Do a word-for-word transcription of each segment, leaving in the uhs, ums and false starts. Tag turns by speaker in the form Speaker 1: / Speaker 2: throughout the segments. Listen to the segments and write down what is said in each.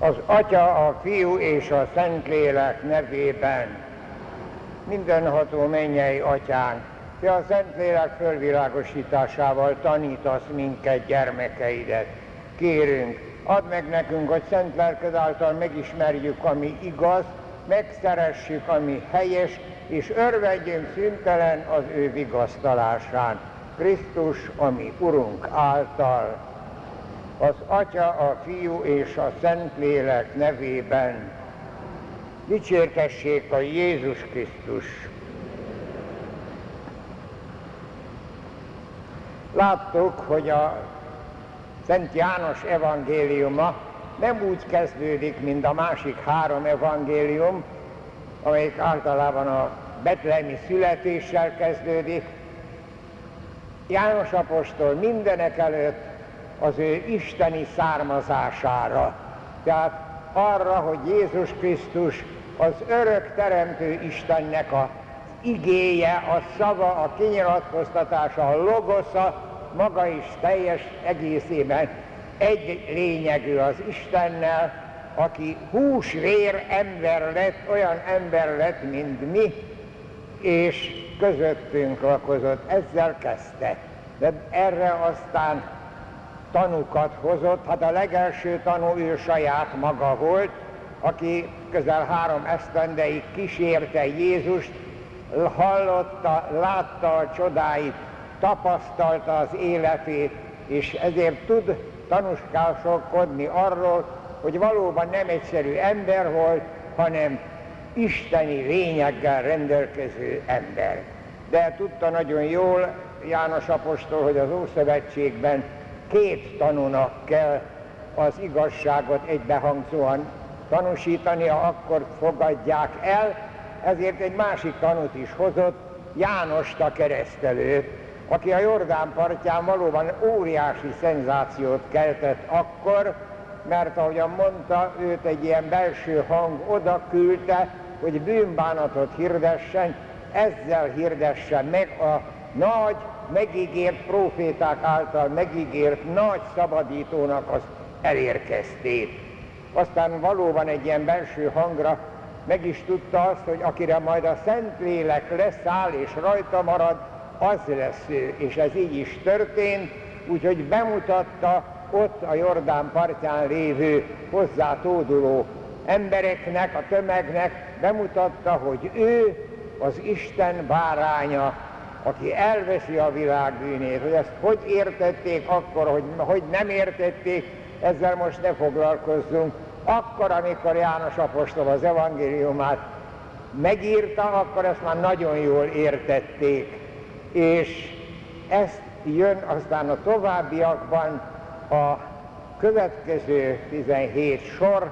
Speaker 1: Az Atya, a Fiú és a Szentlélek nevében. Mindenható mennyei Atyánk, Te a Szentlélek fölvilágosításával tanítasz minket, gyermekeidet. Kérünk, add meg nekünk, hogy szent lelked által megismerjük, ami igaz, megszeressük, ami helyes, és örvendjünk szüntelen az ő vigasztalásán. Krisztus, ami Urunk által. Az Atya, a Fiú és a Szentlélek nevében. Dicsértessék a Jézus Krisztus! Láttuk, hogy a Szent János evangéliuma nem úgy kezdődik, mint a másik három evangélium, amelyik általában a betlehemi születéssel kezdődik. János apostol mindenek előtt az ő isteni származására, tehát arra, hogy Jézus Krisztus az örök teremtő Istennek az igéje, a szava, a kinyilatkoztatása, a logosza, maga is teljes egészében egy lényegű az Istennel, aki hús-vér ember lett, olyan ember lett, mint mi, és közöttünk lakozott. Ezzel kezdte. De erre aztán tanukat hozott. Hát a legelső tanú ő saját maga volt, aki közel három esztendeig kísérte Jézust, hallotta, látta a csodáit, tapasztalta az életét, és ezért tud tanúskodni arról, hogy valóban nem egyszerű ember volt, hanem isteni lényeggel rendelkező ember. De tudta nagyon jól János apostol, hogy az Ószövetségben két tanúnak kell az igazságot egybehangzóan tanúsítania, akkor fogadják el, ezért egy másik tanút is hozott, Jánost a keresztelőt, aki a Jordán partján valóban óriási szenzációt keltett akkor, mert ahogyan mondta, őt egy ilyen belső hang oda küldte, hogy bűnbánatot hirdessen, ezzel hirdessen meg a nagy, megígért próféták által megígért nagy szabadítónak az elérkeztét. Aztán valóban egy ilyen belső hangra meg is tudta azt, hogy akire majd a Szentlélek leszáll és rajta marad, az lesz ő, és ez így is történt, úgyhogy bemutatta ott a Jordán partján lévő hozzátóduló embereknek, a tömegnek, bemutatta, hogy ő az Isten báránya, aki elveszi a világ bűnét. Hogy ezt hogy értették akkor, hogy, hogy nem értették, ezzel most ne foglalkozzunk. Akkor, amikor János apostol az evangéliumát megírta, akkor ezt már nagyon jól értették. És ezt jön aztán a továbbiakban a következő tizenhét sor,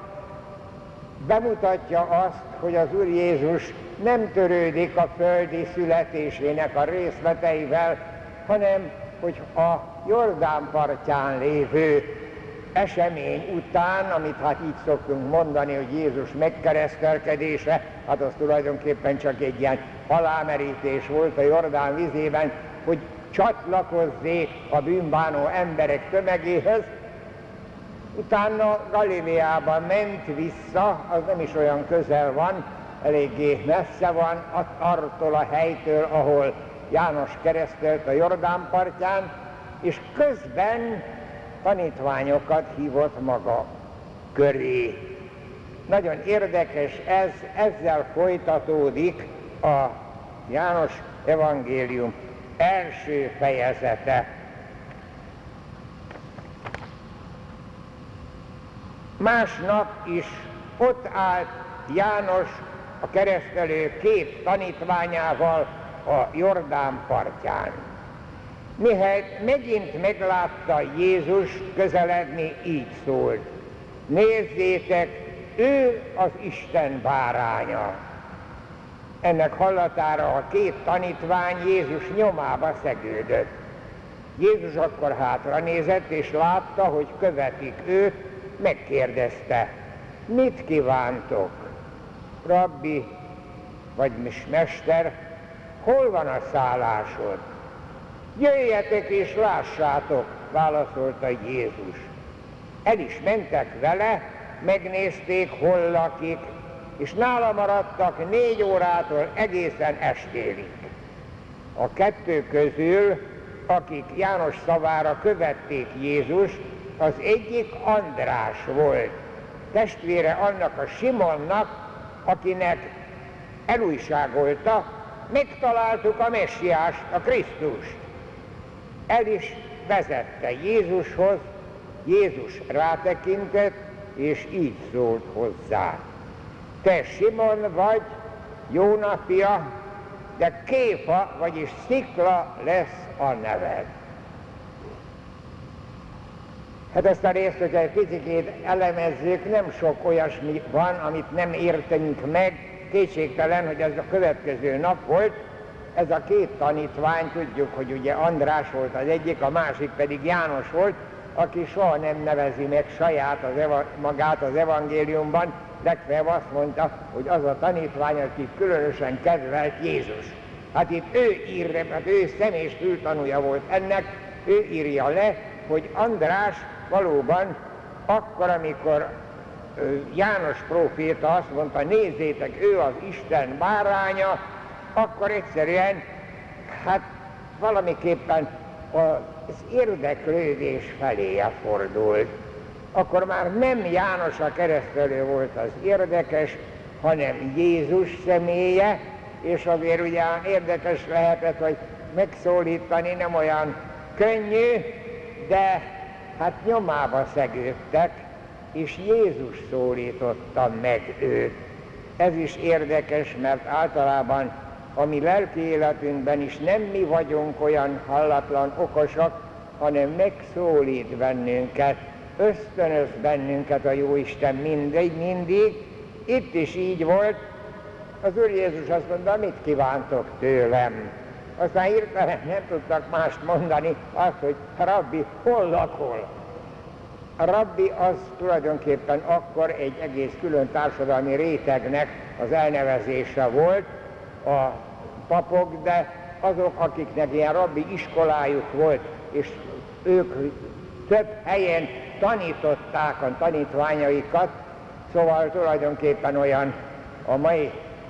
Speaker 1: bemutatja azt, hogy az Úr Jézus nem törődik a földi születésének a részleteivel, hanem hogy a Jordán partján lévő esemény után, amit hát így szoktunk mondani, hogy Jézus megkeresztelkedése, hát az tulajdonképpen csak egy ilyen alámerítés volt a Jordán vizében, hogy csatlakozzék a bűnbánó emberek tömegéhez. Utána Galileába ment vissza, az nem is olyan közel van, eléggé messze van attól a helytől, ahol János keresztelt a Jordán partján, és közben tanítványokat hívott maga köré. Nagyon érdekes ez, ezzel folytatódik a János evangélium első fejezete. Másnap is ott állt János a keresztelő két tanítványával a Jordán partján. Mihelyt megint meglátta Jézus közeledni, így szólt: nézzétek, ő az Isten báránya. Ennek hallatára a két tanítvány Jézus nyomába szegődött. Jézus akkor hátra nézett, és látta, hogy követik őt, megkérdezte: mit kívántok? Rabbi, vagyis mester, hol van a szállásod? Jöjjetek és lássátok, válaszolta Jézus. El is mentek vele, megnézték, hol lakik, és nála maradtak négy órától egészen estélig. A kettő közül, akik János szavára követték Jézust, az egyik András volt, testvére annak a Simonnak, akinek elújságolta, megtaláltuk a Messiást, a Krisztust. El is vezette Jézushoz, Jézus rátekintett, és így szólt hozzá: te Simon vagy, Jóna fia, de Kéfa, vagyis szikla lesz a neved. Hát ezt a részt, hogyha egy picit elemezzük, nem sok olyasmi van, amit nem értenünk meg. Kétségtelen, hogy ez a következő nap volt. Ez a két tanítvány, tudjuk, hogy ugye András volt az egyik, a másik pedig János volt, aki soha nem nevezi meg saját az eva, magát az evangéliumban, legfeljebb azt mondta, hogy az a tanítvány, aki különösen kedvelt Jézus. Hát itt ő írja, hát ő személyes fültanúja volt ennek, ő írja le, hogy András valóban akkor, amikor János próféta azt mondta, nézzétek, ő az Isten báránya, akkor egyszerűen, hát valamiképpen az érdeklődés feléje fordult. Akkor már nem János a keresztelő volt az érdekes, hanem Jézus személye, és azért ugye érdekes lehetett, hogy megszólítani nem olyan könnyű, de hát nyomába szegődtek, és Jézus szólította meg őt. Ez is érdekes, mert általában a mi lelki életünkben is nem mi vagyunk olyan hallatlan okosak, hanem megszólít bennünket, ösztönöz bennünket a Jóisten mindig, mindig. Itt is így volt. Az Úr Jézus azt mondta, mit kívántok tőlem? Aztán hirtelen nem tudtak mást mondani, azt, hogy rabbi, hol lakol? A rabbi az tulajdonképpen akkor egy egész külön társadalmi rétegnek az elnevezése volt, a papok, de azok, akiknek ilyen rabbi iskolájuk volt, és ők több helyen tanították a tanítványaikat, szóval tulajdonképpen olyan a mai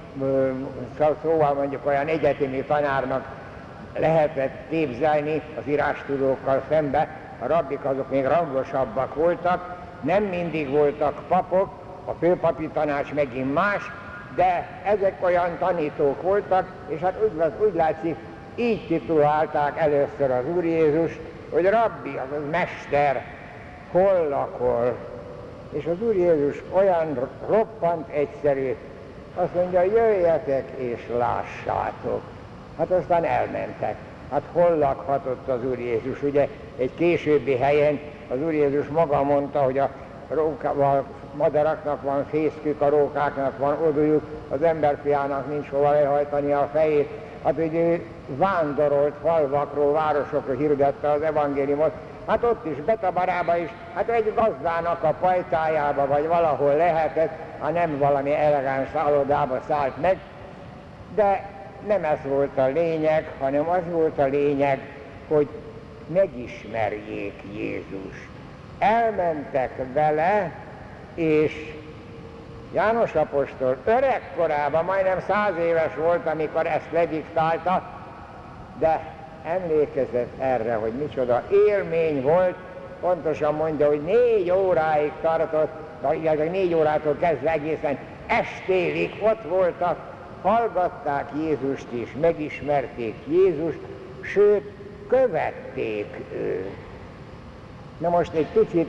Speaker 1: szóval mondjuk olyan egyetemi tanárnak lehetett képzelni az írástudókkal szembe. A rabbik azok még rangosabbak voltak, nem mindig voltak papok, a főpapi tanács megint más, de ezek olyan tanítók voltak, és hát úgy, úgy látszik, így titulálták először az Úr Jézust, hogy rabbi, azaz mester, hol lakol. És az Úr Jézus olyan roppant egyszerű, azt mondja, jöjjetek és lássátok. Hát aztán elmentek. Hát hol lakhatott az Úr Jézus? Ugye egy későbbi helyen az Úr Jézus maga mondta, hogy a, róka, a madaraknak van fészkük, a rókáknak van odújuk, az emberfiának nincs hova lehajtani a fejét. Hát ugye ő vándorolt falvakról, városokról hirdette az evangéliumot. Hát ott is, Betabarába is, hát egy gazdának a pajtájába, vagy valahol lehetett, ha nem valami elegáns szállodába szállt meg, de nem ez volt a lényeg, hanem az volt a lényeg, hogy megismerjék Jézust. Elmentek vele, és János apostol öregkorában, majdnem száz éves volt, amikor ezt lediktálta, de emlékezett erre, hogy micsoda élmény volt, pontosan mondja, hogy négy óráig tartott, vagy négy órától kezdve egészen estélig ott voltak, hallgatták Jézust és megismerték Jézust, sőt, követték őt. Na most egy picit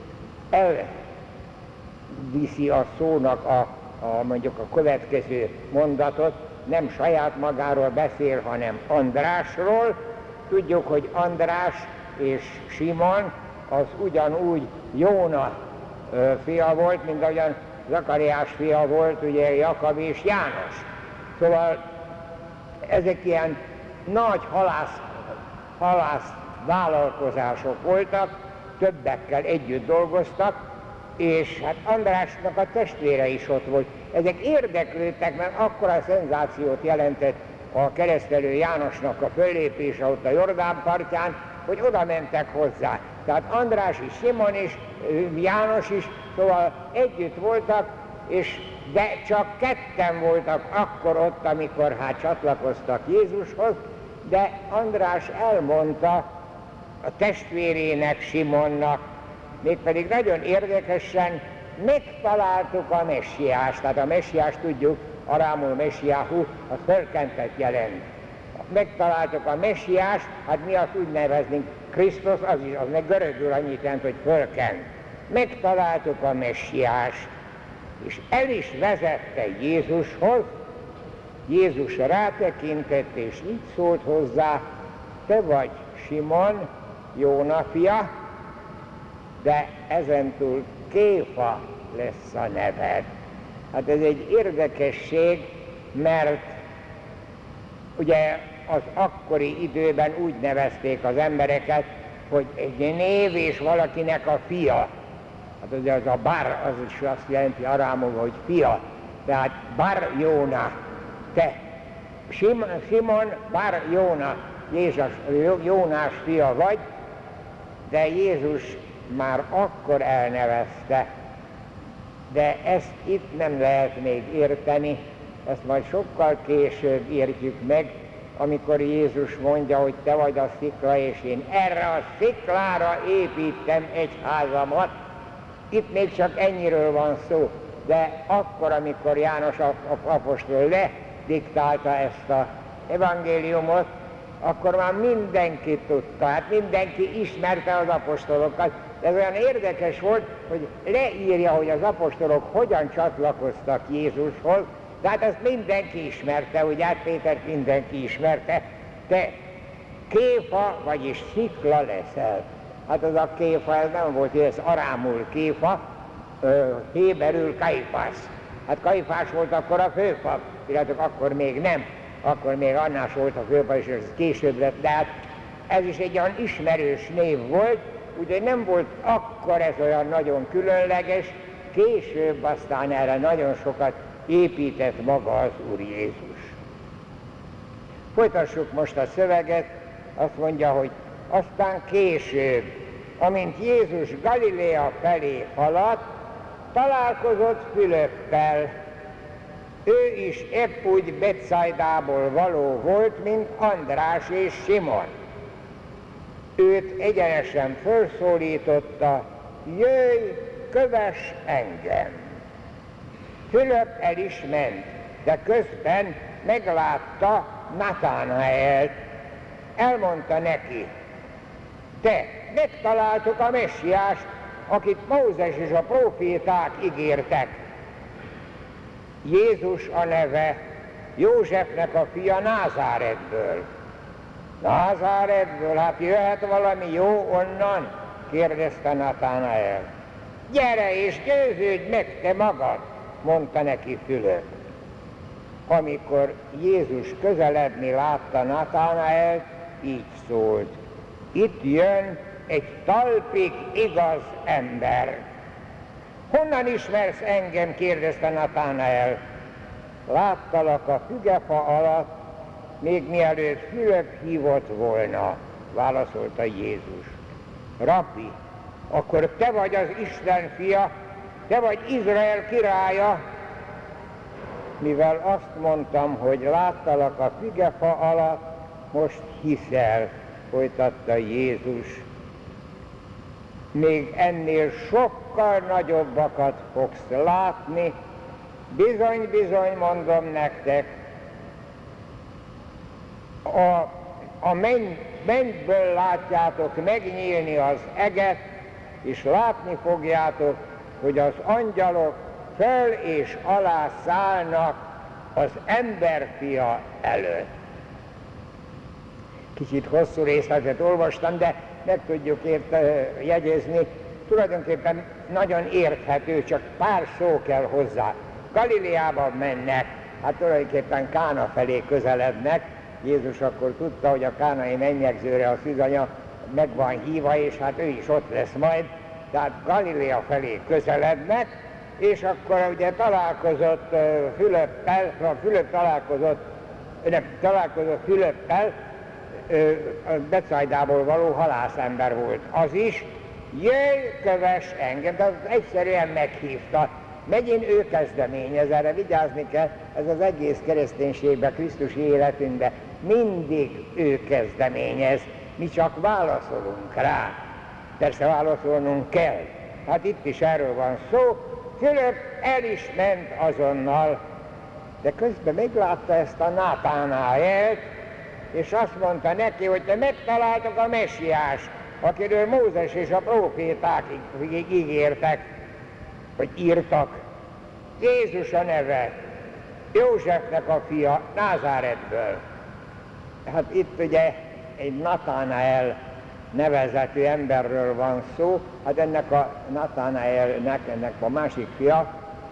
Speaker 1: elviszi a szónak a, a, mondjuk a következő mondatot, nem saját magáról beszél, hanem Andrásról. Tudjuk, hogy András és Simon az ugyanúgy Jóna ö, fia volt, mint ahogyan Zakariás fia volt, ugye Jakab és János. Szóval ezek ilyen nagy halász, halász vállalkozások voltak, többekkel együtt dolgoztak, és hát Andrásnak a testvére is ott volt. Ezek érdeklődtek, mert akkora szenzációt jelentett a keresztelő Jánosnak a föllépése ott a Jordán partján, hogy oda mentek hozzá. Tehát András is, Simon is, János is, szóval együtt voltak, és de csak ketten voltak akkor ott, amikor hát csatlakoztak Jézushoz, de András elmondta a testvérének, Simonnak, mégpedig nagyon érdekesen, megtaláltuk a messiást, tehát a messiás tudjuk, arámul messiáhu, az fölkentet jelent. Megtaláltuk a messiást, hát mi azt úgy neveznénk, Krisztus, az is, az meg görögül annyit jelent, hogy fölkent. Megtaláltuk a messiást, és el is vezette Jézushoz, Jézus rátekintett, és így szólt hozzá, te vagy Simon, Jóna fia, de ezentúl Kéfa lesz a neved. Hát ez egy érdekesség, mert ugye az akkori időben úgy nevezték az embereket, hogy egy név és valakinek a fia. Hát ugye az a Bar, az is azt jelenti arámul, hogy fia. Tehát Bar Jóna, te. Simon, Simon Bar Jóna, Jézus, Jónás fia vagy, de Jézus már akkor elnevezte. De ezt itt nem lehet még érteni, ezt majd sokkal később értjük meg, amikor Jézus mondja, hogy te vagy a szikla, és én erre a sziklára építem egy házamat. Itt még csak ennyiről van szó, de akkor, amikor János apostol lediktálta ezt az evangéliumot, akkor már mindenki tudta, hát mindenki ismerte az apostolokat. Ez olyan érdekes volt, hogy leírja, hogy az apostolok hogyan csatlakoztak Jézushoz, tehát ezt mindenki ismerte, ugye hát Pétert mindenki ismerte, te Kéfa, vagyis szikla leszel. Hát az a Kéfa, ez nem volt, ez arámul Kéfa, héberül Kajfász. Hát Kajfás volt akkor a főpap, illetve akkor még nem, akkor még Annás volt a főpap, és ez később lett, de hát ez is egy olyan ismerős név volt, ugye nem volt akkor ez olyan nagyon különleges, később aztán erre nagyon sokat épített maga az Úr Jézus. Folytassuk most a szöveget, azt mondja, hogy aztán később, amint Jézus Galilea felé haladt, találkozott Fülöppel. Ő is épp úgy Betszaidából való volt, mint András és Simon. Őt egyenesen felszólította, jöjj, kövess engem. Fülöp el is ment, de közben meglátta Natánaelt. Elmondta neki, te, megtaláltuk a messiást, akit Mózes és a próféták ígértek. Jézus a neve, Józsefnek a fia Názáretből. Názáretből, hát jöhet valami jó onnan? Kérdezte Natánael. Gyere és győződj meg te magad, mondta neki Fülöp. Amikor Jézus közeledni látta Natánaelt, így szólt, itt jön egy talpig igaz ember. Honnan ismersz engem? Kérdezte Natánael. Láttalak a fügefa alatt, még mielőtt Fülöp hívott volna, válaszolta Jézus. Rabbi, akkor te vagy az Isten fia, te vagy Izrael királya, mivel azt mondtam, hogy láttalak a fügefa alatt, most hiszel, folytatta Jézus. Még ennél sokkal nagyobbakat fogsz látni, bizony, bizony, mondom nektek, a, a menny, mennyből látjátok megnyílni az eget, és látni fogjátok, hogy az angyalok fel és alá szállnak az emberfia előtt. Kicsit hosszú részletet olvastam, de meg tudjuk érte, jegyezni, tulajdonképpen nagyon érthető, csak pár szó kell hozzá. Galileába mennek, hát tulajdonképpen Kána felé közelednek. Jézus akkor tudta, hogy a kánai mennyegzőre a szűzanya meg van hívva, és hát ő is ott lesz majd. Tehát Galilea felé közelednek, és akkor ugye találkozott uh, Fülöppel, Fülöp találkozott, nem, találkozott Fülöppel, Becajdából való halászember volt. Az is, jöjj, kövess engem, de az egyszerűen meghívta. Megint ő kezdeményez, erre vigyázni kell, ez az egész kereszténységben, Krisztusi életünkben mindig ő kezdeményez, mi csak válaszolunk rá. Persze válaszolnunk kell. Hát itt is erről van szó. Fülöp el is ment azonnal, de közben meglátta ezt a Nátánáelt, és azt mondta neki, hogy te megtaláltok a Messiást, akiről Mózes és a próféták ígértek, hogy írtak. Jézus a neve, Józsefnek a fia, Názáretből. Hát itt ugye egy Natánael nevezetű emberről van szó, hát ennek a Natánaelnek, ennek a másik fia,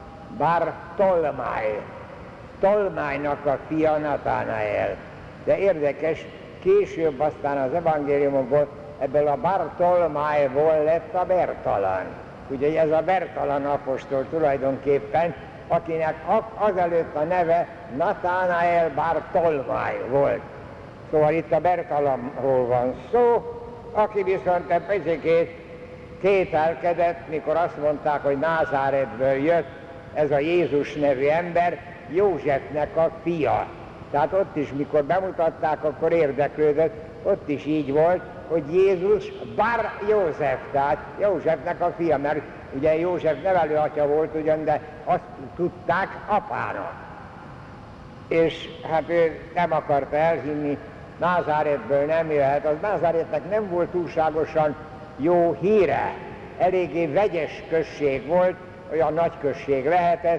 Speaker 1: Bartolmáj. Tolmájnak a fia Natánael. De érdekes, később aztán az evangéliumokból ebből a Bartolmájból lett a Bertalan. Ugye ez a Bertalan apostol tulajdonképpen, akinek azelőtt a neve Natánael Bartolmáj volt. Szóval itt a Bertalanról van szó, aki viszont egy picikét kételkedett, mikor azt mondták, hogy Názáretből jött ez a Jézus nevű ember, Józsefnek a fia. Tehát ott is, mikor bemutatták, akkor érdeklődött, ott is így volt, hogy Jézus Bar József, tehát Józsefnek a fia, mert ugye József nevelőatya volt ugyan, de azt tudták apának. És hát ő nem akarta elhinni, Názáretből nem jöhet, az Názáretnek nem volt túlságosan jó híre, eléggé vegyes község volt, olyan nagy község lehetett,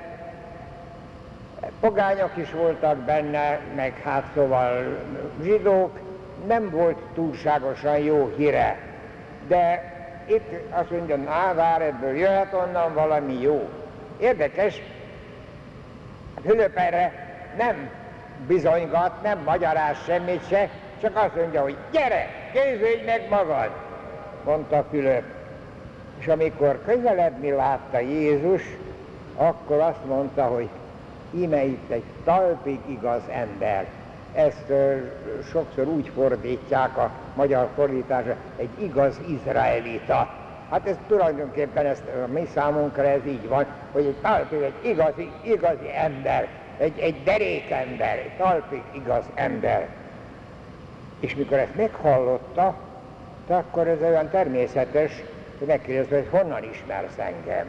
Speaker 1: pogányok is voltak benne, meg hát szóval zsidók, nem volt túlságosan jó híre. De itt azt mondja, Názáretből jöhet onnan valami jó. Érdekes, Fülöp erre nem bizonygat, nem magyaráz semmit se, csak azt mondja, hogy gyere, készülj meg magad, mondta Fülöp. És amikor közeledni látta Jézus, akkor azt mondta, hogy íme itt egy talpig igaz ember. Ezt ö, sokszor úgy fordítják a magyar fordításra, egy igaz izraelita. Hát ez tulajdonképpen ezt, a mi számunkra ez így van, hogy egy talpig egy igazi, igazi ember, egy, egy derékember, egy talpig igaz ember. És mikor ezt meghallotta, akkor ez olyan természetes, hogy megkérdezte, hogy honnan ismersz engem.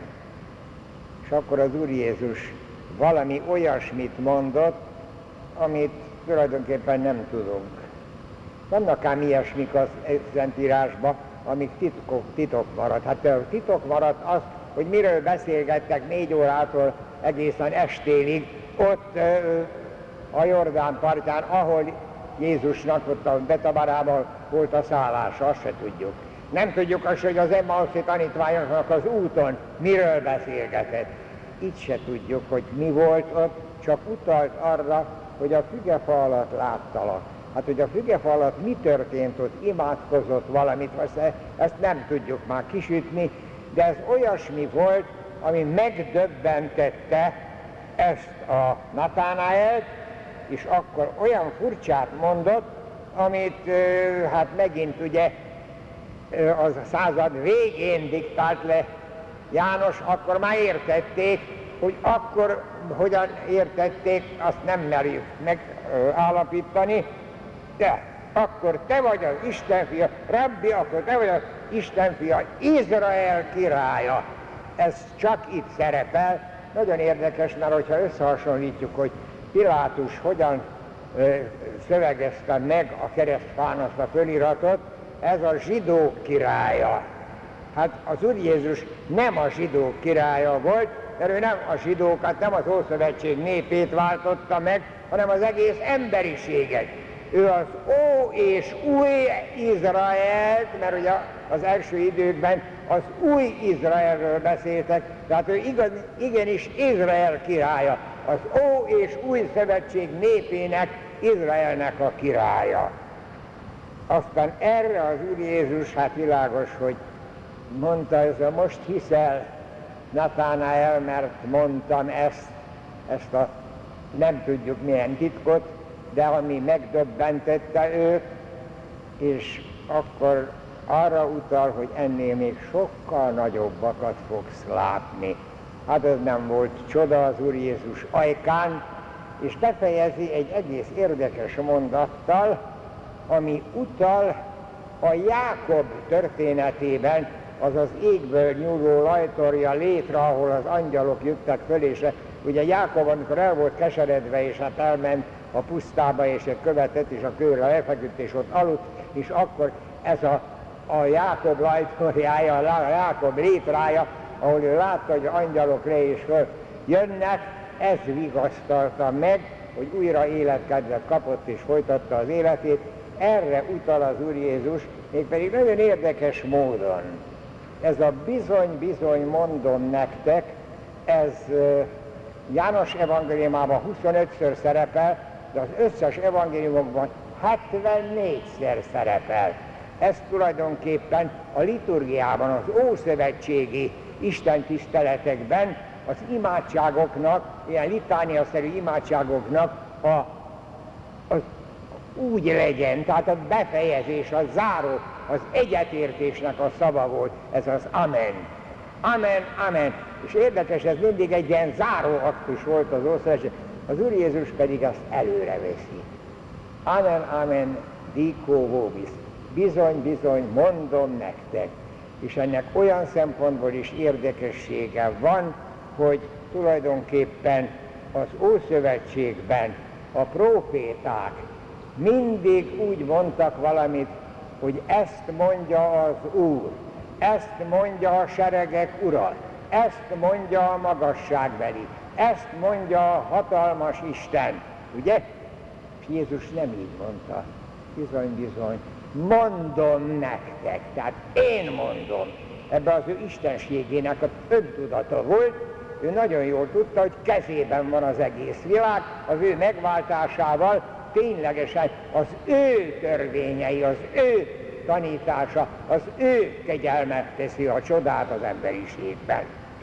Speaker 1: És akkor az Úr Jézus valami olyasmit mondott, amit tulajdonképpen nem tudunk. Vannak ám ilyesmik az Szentírásban, amik titkok, titok maradt. Hát a titok maradt az, hogy miről beszélgettek négy órától egészen estélig, ott a Jordán partján, ahol Jézusnak ott a Betabarában volt a szállása, azt se tudjuk. Nem tudjuk azt, hogy az Emmauszi tanítványoknak az úton miről beszélgetett. Itt se tudjuk, hogy mi volt ott, csak utalt arra, hogy a fügefa alatt láttalak. Hát, hogy a fügefa alatt mi történt ott, imádkozott valamit, ezt nem tudjuk már kisütni, de ez olyasmi volt, ami megdöbbentette ezt a Natánaelt, és akkor olyan furcsát mondott, amit hát megint ugye az a század végén diktált le János, akkor már értették, hogy akkor hogyan értették, azt nem merjük megállapítani, de akkor te vagy az Isten fia, Rabbi, akkor te vagy az Isten fia, Izrael királya. Ez csak itt szerepel. Nagyon érdekes, mert hogyha összehasonlítjuk, hogy Pilátus hogyan ö, szövegezte meg a keresztfán azt a föliratot, ez a zsidók királya. Hát az Úr Jézus nem a zsidók királya volt, mert ő nem a zsidókat, nem az Ószövetség népét váltotta meg, hanem az egész emberiséget. Ő az Ó és Új Izraelt, mert ugye az első időkben az Új Izraelről beszéltek, tehát ő igaz, igenis Izrael királya, az Ó és Új Szövetség népének, Izraelnek a királya. Aztán erre az Úr Jézus, hát világos, hogy mondta, ez a most hiszel, Natánael, mert mondtam ezt, ezt a nem tudjuk milyen titkot, de ami megdöbbentette őt, és akkor arra utal, hogy ennél még sokkal nagyobbakat fogsz látni. Hát ez nem volt csoda az Úr Jézus ajkán, és befejezi egy egész érdekes mondattal, ami utal a Jákob történetében, az az égből nyúló lajtorja létre, ahol az angyalok jöttek föl, és ugye Jákob, amikor el volt keseredve, és hát elment a pusztába, és egy követett, és a kőre lefeküdt, és ott aludt, és akkor ez a, a Jákob lajtorjája, a Jákob létrája, ahol ő látta, hogy angyalok le és föl jönnek, ez vigasztalta meg, hogy újra életkedvet kapott és folytatta az életét. Erre utal az Úr Jézus, mégpedig nagyon érdekes módon. Ez a bizony-bizony mondom nektek, ez János evangéliumában huszonötször szerepel, de az összes evangéliumokban hetvennégyszer szerepel. Ez tulajdonképpen a liturgiában, az ószövetségi istentiszteletekben, az imádságoknak, ilyen litániaszerű imádságoknak a, az úgy legyen, tehát a befejezés, a záró, az egyetértésnek a szava volt, ez az amen. Amen, amen. És érdekes, ez mindig egy ilyen záró aktus volt az Ószövetség, az Úr Jézus pedig azt előre veszi. Amen, amen, dico vobis. Bizony, bizony, mondom nektek. És ennek olyan szempontból is érdekessége van, hogy tulajdonképpen az Ószövetségben a próféták mindig úgy mondtak valamit, hogy ezt mondja az Úr, ezt mondja a seregek Ura, ezt mondja a magasságbeli, ezt mondja a hatalmas Isten, ugye? És Jézus nem így mondta, bizony, bizony, mondom nektek, tehát én mondom. Ebben az ő istenségének a öntudata volt, ő nagyon jól tudta, hogy kezében van az egész világ, az ő megváltásával ténylegesen az ő törvényei, az ő tanítása, az ő kegyelmet teszi a csodát az emberiségben.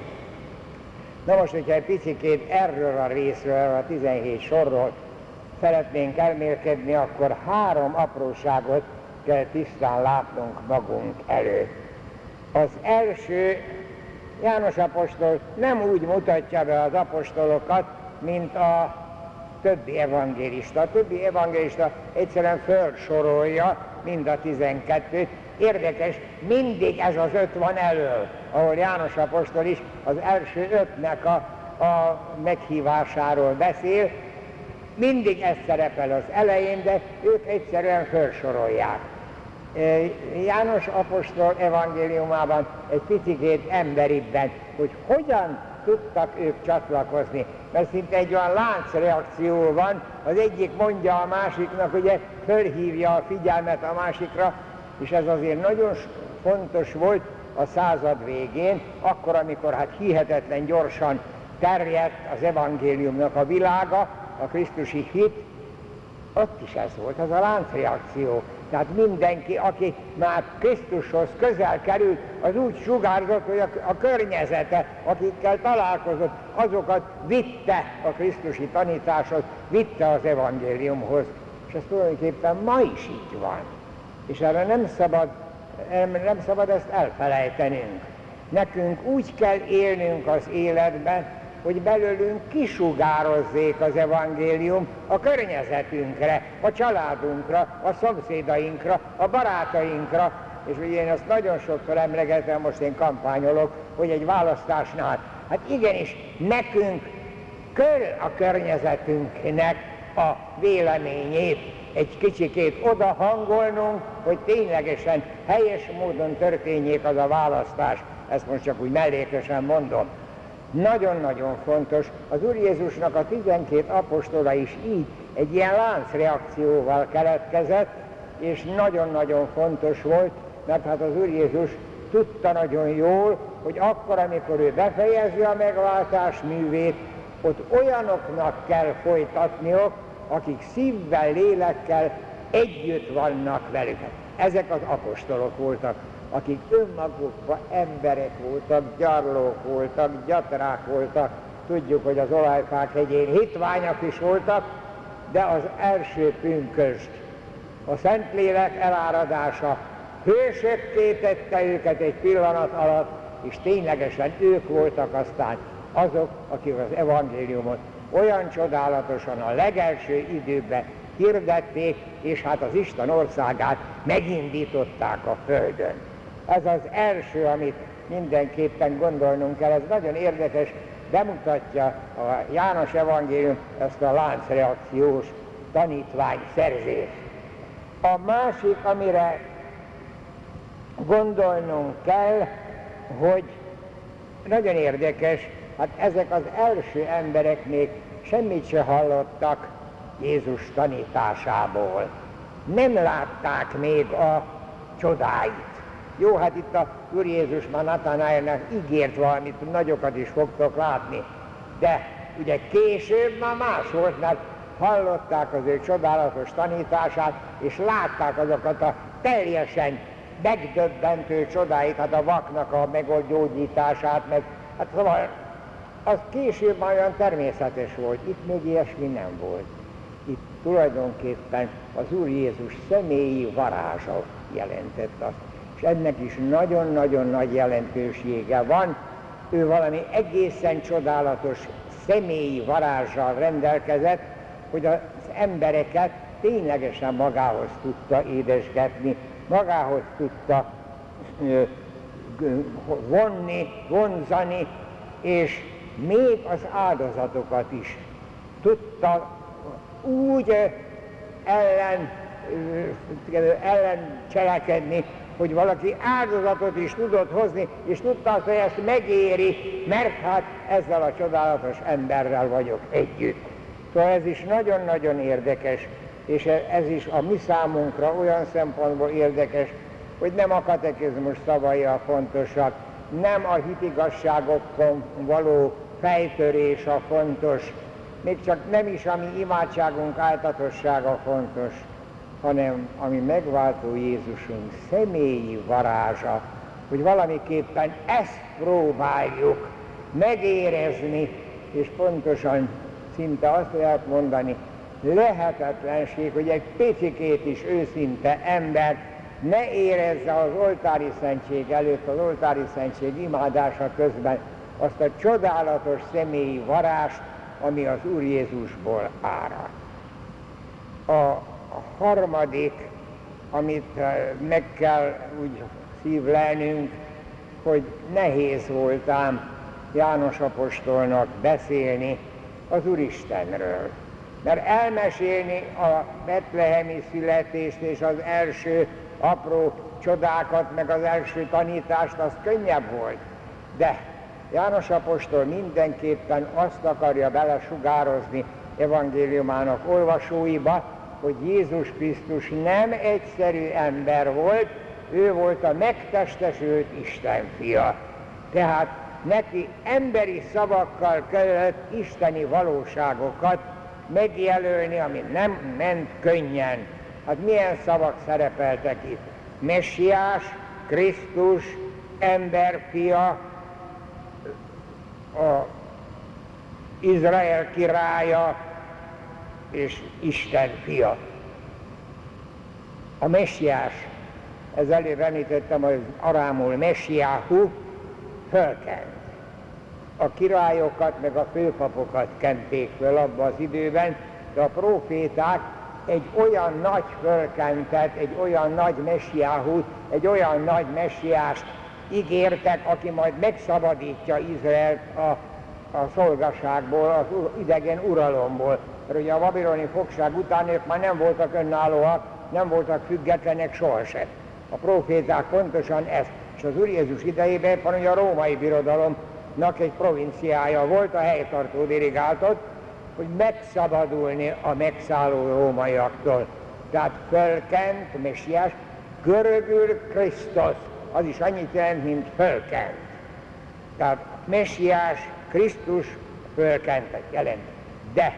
Speaker 1: Na most, hogyha egy picikét erről a részről, erről a tizenhét sorról szeretnénk elmélkedni, akkor három apróságot kell tisztán látnunk magunk előtt. Az első, János apostol nem úgy mutatja be az apostolokat, mint a többi evangélista. A többi evangélista egyszerűen felsorolja mind a tizenkettőt. Érdekes, mindig ez az öt van elől, ahol János apostol is az első ötnek a, a meghívásáról beszél. Mindig ez szerepel az elején, de ők egyszerűen felsorolják. János apostol evangéliumában egy picikét emberibben, hogy hogyan tudtak ők csatlakozni. Mert szinte egy olyan láncreakció van, az egyik mondja a másiknak, ugye fölhívja a figyelmet a másikra, és ez azért nagyon fontos volt a század végén, akkor, amikor hát hihetetlen gyorsan terjedt az evangéliumnak a világa, a krisztusi hit, ott is ez volt, az a láncreakció. Tehát mindenki, aki már Krisztushoz közel került, az úgy sugárzott, hogy a, a környezete, akikkel találkozott, azokat vitte a krisztusi tanításhoz, vitte az evangéliumhoz. És ez tulajdonképpen ma is így van. És erre nem szabad, nem szabad ezt elfelejtenünk. Nekünk úgy kell élnünk az életben, hogy belőlünk kisugározzék az evangélium a környezetünkre, a családunkra, a szomszédainkra, a barátainkra, és ugye én azt nagyon sokszor emlegetem, most én kampányolok, hogy egy választásnál, hát igenis nekünk kell a környezetünknek a véleményét egy kicsikét oda hangolnunk, hogy ténylegesen helyes módon történjék az a választás. Ezt most csak úgy mellékesen mondom. Nagyon-nagyon fontos, az Úr Jézusnak a tizenkét apostola is így egy ilyen láncreakcióval keletkezett, és nagyon-nagyon fontos volt, mert hát az Úr Jézus tudta nagyon jól, hogy akkor, amikor ő befejezi a megváltás művét, ott olyanoknak kell folytatniuk, akik szívvel, lélekkel együtt vannak velük. Ezek az apostolok voltak, akik önmagukban emberek voltak, gyarlók voltak, gyatrák voltak, tudjuk, hogy az olajfák hegyén hitványak is voltak, de az első pünkösd A Szentlélek eláradása hősökké tette őket egy pillanat alatt, és ténylegesen ők voltak aztán azok, akik az evangéliumot olyan csodálatosan a legelső időben hirdették, és hát az Isten országát megindították a földön. Ez az első, amit mindenképpen gondolnunk kell, ez nagyon érdekes, bemutatja a János evangélium ezt a láncreakciós tanítványszerzést. A másik, amire gondolnunk kell, hogy nagyon érdekes, hát ezek az első emberek még semmit se hallottak Jézus tanításából. Nem látták még a csodáit. Jó, hát itt a Úr Jézus már Natanaelnek ígért valamit, nagyokat is fogtok látni. De ugye később már más volt, mert hallották az ő csodálatos tanítását, és látták azokat a teljesen megdöbbentő csodáit, hát a vaknak a meggyógyítását, meg hát szóval az később már olyan természetes volt, itt még ilyesmi nem volt. Itt tulajdonképpen az Úr Jézus személyi varázsa jelentett azt, és ennek is nagyon-nagyon nagy jelentősége van. Ő valami egészen csodálatos személyi varázssal rendelkezett, hogy az embereket ténylegesen magához tudta édesgetni, magához tudta ö, vonni, vonzani, és még az áldozatokat is tudta úgy ellen, ellen cselekedni, hogy valaki áldozatot is tudott hozni, és tudta azt, hogy ezt megéri, mert hát ezzel a csodálatos emberrel vagyok együtt. Szóval ez is nagyon-nagyon érdekes, és ez is a mi számunkra olyan szempontból érdekes, hogy nem a katekizmus szavai a fontosak, nem a hitigasságokon való fejtörés a fontos, még csak nem is a mi imádságunk áltatossága fontos, hanem ami megváltó Jézusunk személyi varázsa, hogy valamiképpen ezt próbáljuk megérezni, és pontosan szinte azt lehet mondani, lehetetlenség, hogy egy picikét is őszinte ember ne érezze az oltári szentség előtt, az oltári szentség imádása közben azt a csodálatos személyi varást, ami az Úr Jézusból árad. A harmadik, amit meg kell úgy szívlelnünk, hogy nehéz volt ám János apostolnak beszélni az Úristenről. Mert elmesélni a betlehemi születést és az első apró csodákat, meg az első tanítást, az könnyebb volt. De János apostol mindenképpen azt akarja belesugározni evangéliumának olvasóiba, hogy Jézus Krisztus nem egyszerű ember volt, ő volt a megtestesült Isten fia. Tehát neki emberi szavakkal kellett isteni valóságokat megjelölni, ami nem ment könnyen. Hát milyen szavak szerepeltek itt? Messiás, Krisztus, emberfia, a Izrael királya és Isten fia. A messiás, ez előbb említettem, hogy arámul messiáhu, fölkent. A királyokat meg a főpapokat kenték föl abban az időben, de a próféták egy olyan nagy fölkentet, egy olyan nagy messiáhút, egy olyan nagy messiást ígértek, aki majd megszabadítja Izraelt a, a szolgaságból, az idegen uralomból. Mert ugye a babiloni fogság után ők már nem voltak önállóak, nem voltak függetlenek sohasem. A próféták pontosan ezt. És az Úr Jézus idejében éppen ugye a római birodalomnak egy provinciája volt, a helytartó dirigáltott, hogy megszabadulni a megszálló rómaiaktól. Tehát fölkent, messiás, görögül Krisztus, az is annyit jelent, mint fölkent. Tehát messiás, Krisztus fölkentet jelent. De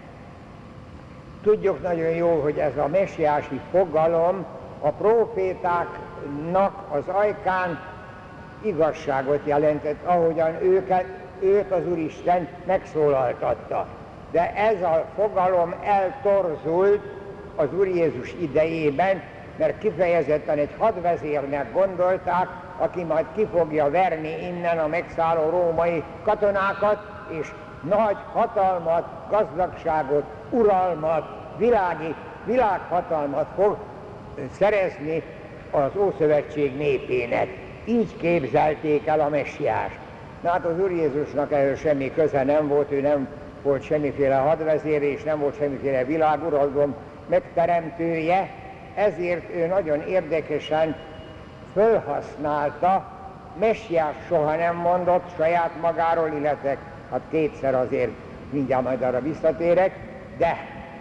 Speaker 1: tudjuk nagyon jól, hogy ez a messiási fogalom a prófétáknak az ajkán igazságot jelentett, ahogyan őket, őt az Úristen megszólaltatta. De ez a fogalom eltorzult az Úr Jézus idejében, mert kifejezetten egy hadvezérnek gondolták, aki majd ki fogja verni innen a megszálló római katonákat, és nagy hatalmat, gazdagságot, uralmat, világi, világhatalmat fog szerezni az Ószövetség népének. Így képzelték el a messiást. Na hát az Úr Jézusnak ehhez semmi köze nem volt, ő nem volt semmiféle hadvezér, és nem volt semmiféle világuralom megteremtője, ezért ő nagyon érdekesen fölhasználta, messiás soha nem mondott saját magáról, illetve hát kétszer azért, mindjárt majd arra visszatérek, de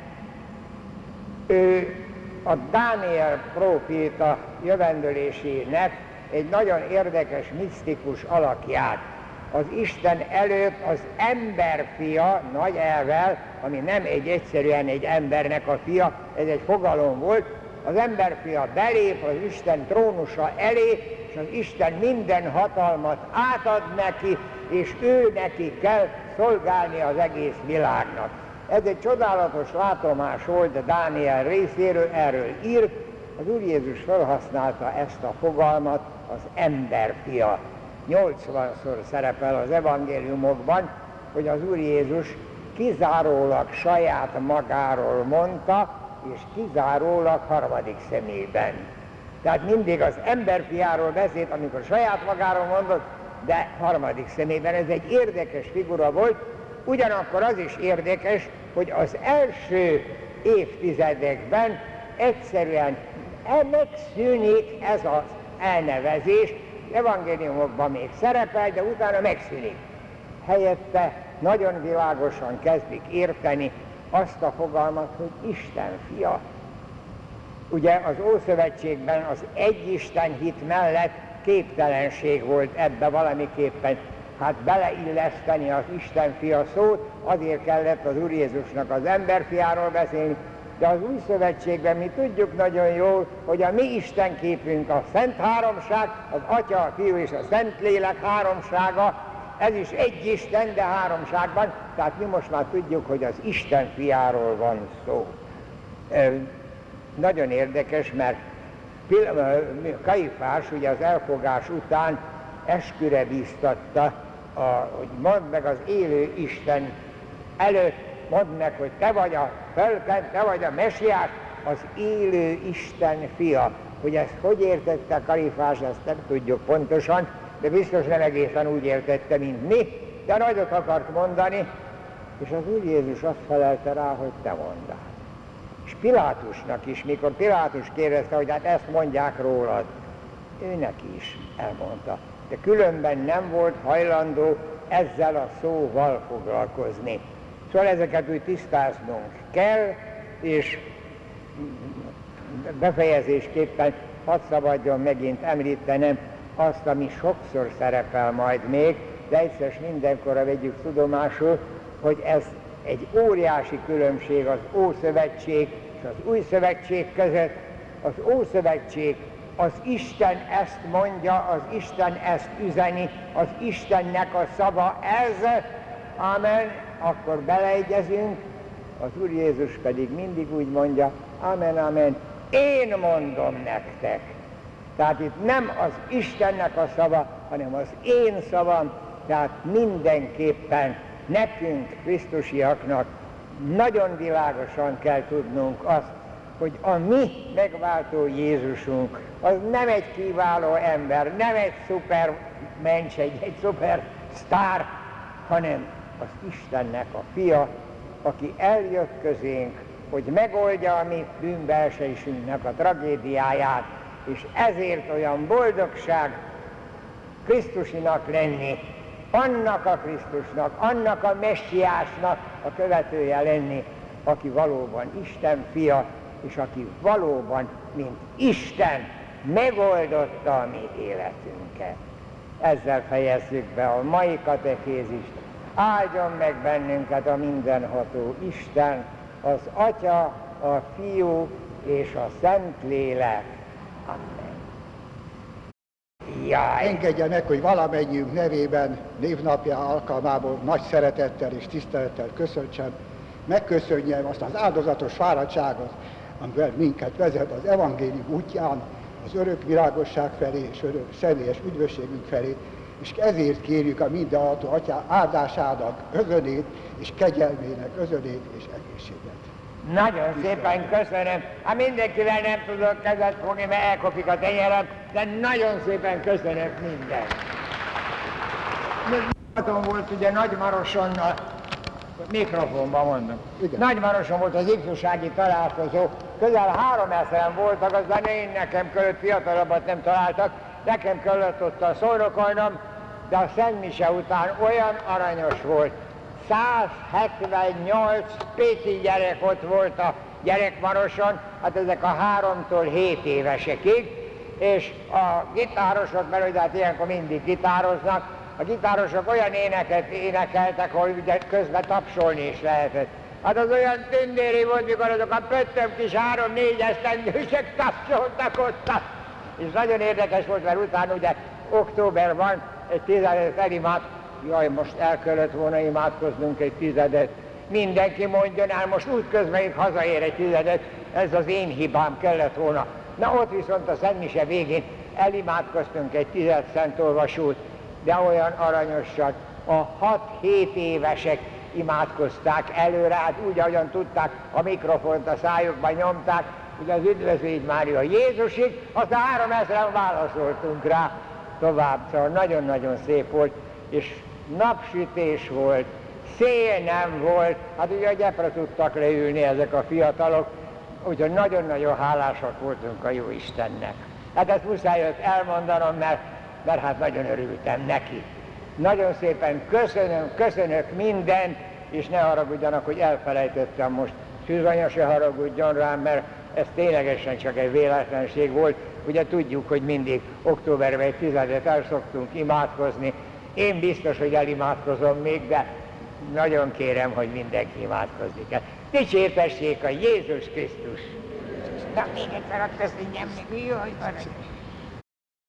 Speaker 1: ő a Dániel próféta jövendölésének egy nagyon érdekes, misztikus alakját. Az Isten előtt az emberfia nagy elvel, ami nem egy egyszerűen egy embernek a fia, ez egy fogalom volt, az emberfia belép az Isten trónusa elé, és az Isten minden hatalmat átad neki, és ő neki kell szolgálni az egész világnak. Ez egy csodálatos látomás volt a Dániel részéről, erről írt. Az Úr Jézus felhasználta ezt a fogalmat, az emberfia. nyolcvanszor szerepel az evangéliumokban, hogy az Úr Jézus kizárólag saját magáról mondta, és kizárólag harmadik személyben. Tehát mindig az emberfiáról beszélt, amikor saját magáról mondott, de harmadik személyben. Ez egy érdekes figura volt, ugyanakkor az is érdekes, hogy az első évtizedekben egyszerűen megszűnik ez az elnevezés, evangéliumokban még szerepel, de utána megszűnik. Helyette nagyon világosan kezdik érteni azt a fogalmat, hogy Isten fia. Ugye az Ószövetségben az egyisten hit mellett képtelenség volt ebbe valamiképpen hát beleilleszteni az Isten fia szót, azért kellett az Úr Jézusnak az emberfiáról beszélni, de az Új Szövetségben mi tudjuk nagyon jól, hogy a mi Isten képünk a Szent Háromság, az Atya, a Fiú és a Szentlélek háromsága, ez is egy Isten, de háromságban, tehát mi most már tudjuk, hogy az Isten fiáról van szó. E, nagyon érdekes, mert Kajfás ugye az elfogás után esküre bíztatta, a, hogy mondd meg az élő Isten előtt, mondd meg, hogy te vagy a fölkent, te vagy a messiás, az élő Isten fia. Hogy ezt hogy értette Kajfás, ezt nem tudjuk pontosan, de biztos nem egészen úgy értette, mint mi, de nagyot akart mondani, és az Úr Jézus azt felelte rá, hogy te mondd át. És Pilátusnak is, mikor Pilátus kérdezte, hogy hát ezt mondják rólad, ő neki is elmondta. De különben nem volt hajlandó ezzel a szóval foglalkozni. Szóval ezeket úgy tisztáznunk kell, és befejezésképpen hadd szabadjon megint említenem azt, ami sokszor szerepel majd még, de egyszer mindenkorra vegyük tudomásul, hogy ez egy óriási különbség az Ószövetség és az Új Szövetség között. Az Ószövetség, az Isten ezt mondja, az Isten ezt üzeni, az Istennek a szava ez, amen, akkor beleegyezünk, az Úr Jézus pedig mindig úgy mondja, amen, amen, én mondom nektek. Tehát itt nem az Istennek a szava, hanem az én szavam, tehát mindenképpen nekünk, krisztusiaknak nagyon világosan kell tudnunk azt, hogy a mi megváltó Jézusunk az nem egy kiváló ember, nem egy szuper mencs, egy, egy szuper sztár, hanem az Istennek a fia, aki eljött közénk, hogy megoldja a mi bűnbeesésünknek a tragédiáját, és ezért olyan boldogság Krisztusinak lenni, annak a Krisztusnak, annak a messiásnak a követője lenni, aki valóban Isten fia, és aki valóban, mint Isten, megoldotta a mi életünket. Ezzel fejezzük be a mai katekézist. Áldjon meg bennünket a mindenható Isten, az Atya, a Fiú és a Szentlélek. Amen. Jaj.
Speaker 2: Engedje meg, hogy valamennyiünk nevében névnapja alkalmából nagy szeretettel és tisztelettel köszöntsem, megköszönjem azt az áldozatos fáradtságot, amivel minket vezet az evangélium útján, az örök világosság felé és örök személyes üdvösségünk felé, és ezért kérjük a mindenható Atyá áldásának özönét és kegyelmének özönét és egészséget.
Speaker 1: Nagyon szépen köszönöm. Hát mindenkivel nem tudok kezet fogni, mert elkopik a tenyerem, de nagyon szépen köszönöm mindent. Még volt ugye Nagymarosonnal, mikrofonban mondom. Igen. Nagymaroson volt az ifjúsági találkozó, közel háromezren voltak, aztán én nekem kellett, fiatalabbat nem találtak, nekem kellett ott a szónokolnom, de a Szent Mise után olyan aranyos volt. száz hetvennyolc pici gyerek ott volt a gyerekmaroson, hát ezek a háromtól hét évesekig, és a gitárosok, mert ugye hát ilyenkor mindig gitároznak, a gitárosok olyan éneket énekeltek, hogy ugye közben tapsolni is lehetett. Hát az olyan tündéri volt, mikor azok a pöttöm kis három-négy esztendősek tapsoltak ott. És nagyon érdekes volt, mert utána ugye október van, egy tizedet elimád, jaj, most el kellett volna imádkoznunk egy tizedet. Mindenki mondjon el, most útközben itt hazaér egy tizedet, ez az én hibám kellett volna. Na ott viszont a Szent Mise végén elimádkoztunk egy tized szentolvasót, de olyan aranyosan a hat-hét évesek imádkozták előre, hát úgy, ahogyan tudták, a mikrofont a szájukba nyomták, ugye az Üdvözlégy Mária Jézusig, aztán háromezren válaszoltunk rá tovább, szóval nagyon-nagyon szép volt, és napsütés volt, szél nem volt, hát ugye a gyepre tudtak leülni ezek a fiatalok, úgyhogy nagyon-nagyon hálásak voltunk a jó Istennek. Hát ezt muszáj jött elmondanom, mert, mert hát nagyon örültem neki. Nagyon szépen köszönöm, köszönök mindent, és ne haragudjanak, hogy elfelejtettem most. Szűzanya se haragudjon rám, mert ez ténylegesen csak egy véletlenség volt. Ugye tudjuk, hogy mindig októberben egy tizedet el szoktunk imádkozni. Én biztos, hogy elimádkozom még, de nagyon kérem, hogy mindenki imádkozni kell. Dicsértessék a Jézus Krisztus! Na, még egyszer a köszönjem, még jó, hogy van.